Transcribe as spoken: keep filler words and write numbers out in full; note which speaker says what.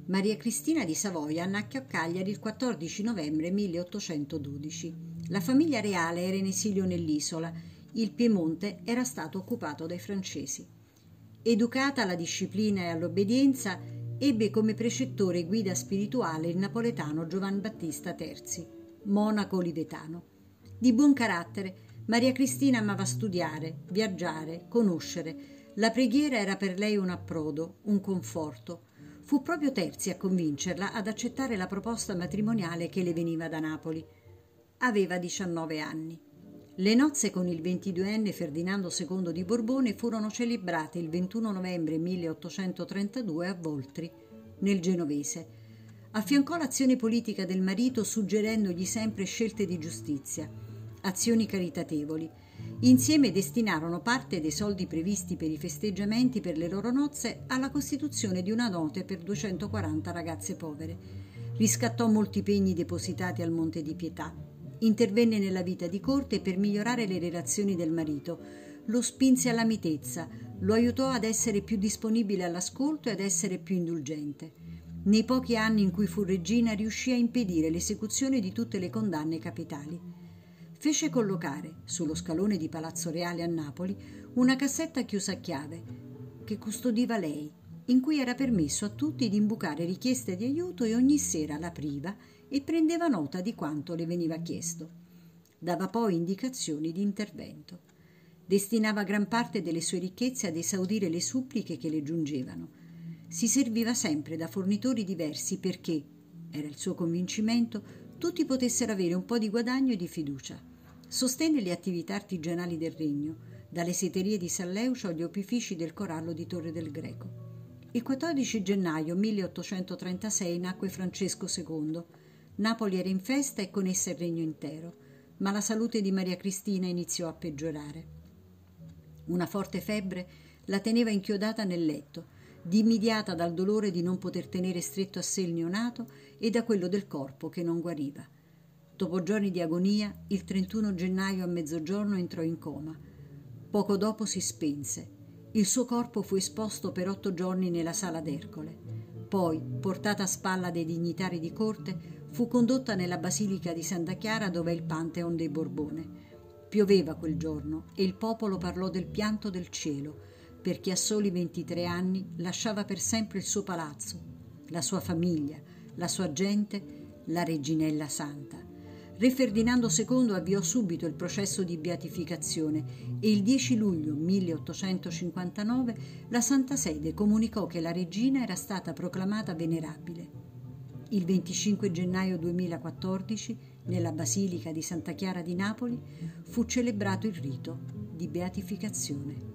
Speaker 1: Maria Cristina di Savoia nacque a Cagliari il quattordici novembre milleottocentododici. La famiglia reale era in esilio nell'isola. Il Piemonte era stato occupato dai francesi. Educata alla disciplina e all'obbedienza, ebbe come precettore e guida spirituale il napoletano Giovan Battista Terzi, monaco olivetano. Di buon carattere, Maria Cristina amava studiare, viaggiare, conoscere. La preghiera era per lei un approdo, un conforto. Fu proprio Terzi a convincerla ad accettare la proposta matrimoniale che le veniva da Napoli. Aveva diciannove anni. Le nozze con il ventiduenne Ferdinando secondo di Borbone furono celebrate il ventuno novembre milleottocentotrentadue a Voltri, nel Genovese. Affiancò l'azione politica del marito suggerendogli sempre scelte di giustizia, azioni caritatevoli. Insieme destinarono parte dei soldi previsti per i festeggiamenti per le loro nozze alla costituzione di una dote per duecentoquaranta ragazze povere. Riscattò molti pegni depositati al Monte di Pietà. Intervenne nella vita di corte per migliorare le relazioni del marito. Lo spinse alla mitezza, lo aiutò ad essere più disponibile all'ascolto e ad essere più indulgente. Nei pochi anni in cui fu regina riuscì a impedire l'esecuzione di tutte le condanne capitali. Fece collocare, sullo scalone di Palazzo Reale a Napoli, una cassetta chiusa a chiave, che custodiva lei, in cui era permesso a tutti di imbucare richieste di aiuto e ogni sera l'apriva e prendeva nota di quanto le veniva chiesto. Dava poi indicazioni di intervento. Destinava gran parte delle sue ricchezze ad esaudire le suppliche che le giungevano. Si serviva sempre da fornitori diversi perché, era il suo convincimento, tutti potessero avere un po' di guadagno e di fiducia. Sostenne le attività artigianali del regno, dalle seterie di San Leucio agli opifici del corallo di Torre del Greco. Il quattordici gennaio milleottocentotrentasei nacque Francesco secondo. Napoli era in festa e con essa il regno intero, ma la salute di Maria Cristina iniziò a peggiorare. Una forte febbre la teneva inchiodata nel letto, dimidiata dal dolore di non poter tenere stretto a sé il neonato e da quello del corpo che non guariva. Dopo giorni di agonia, il trentuno gennaio a mezzogiorno entrò in coma. Poco dopo si spense. Il suo corpo fu esposto per otto giorni nella sala d'Ercole. Poi, portata a spalla dei dignitari di corte, fu condotta nella basilica di Santa Chiara dove è il Pantheon dei Borbone. Pioveva quel giorno e il popolo parlò del pianto del cielo, perché a soli ventitré anni lasciava per sempre il suo palazzo, la sua famiglia, la sua gente, la reginella santa. Re Ferdinando secondo avviò subito il processo di beatificazione e il dieci luglio milleottocentocinquantanove la Santa Sede comunicò che la regina era stata proclamata venerabile. Il venticinque gennaio duemilaquattordici, nella Basilica di Santa Chiara di Napoli, fu celebrato il rito di beatificazione.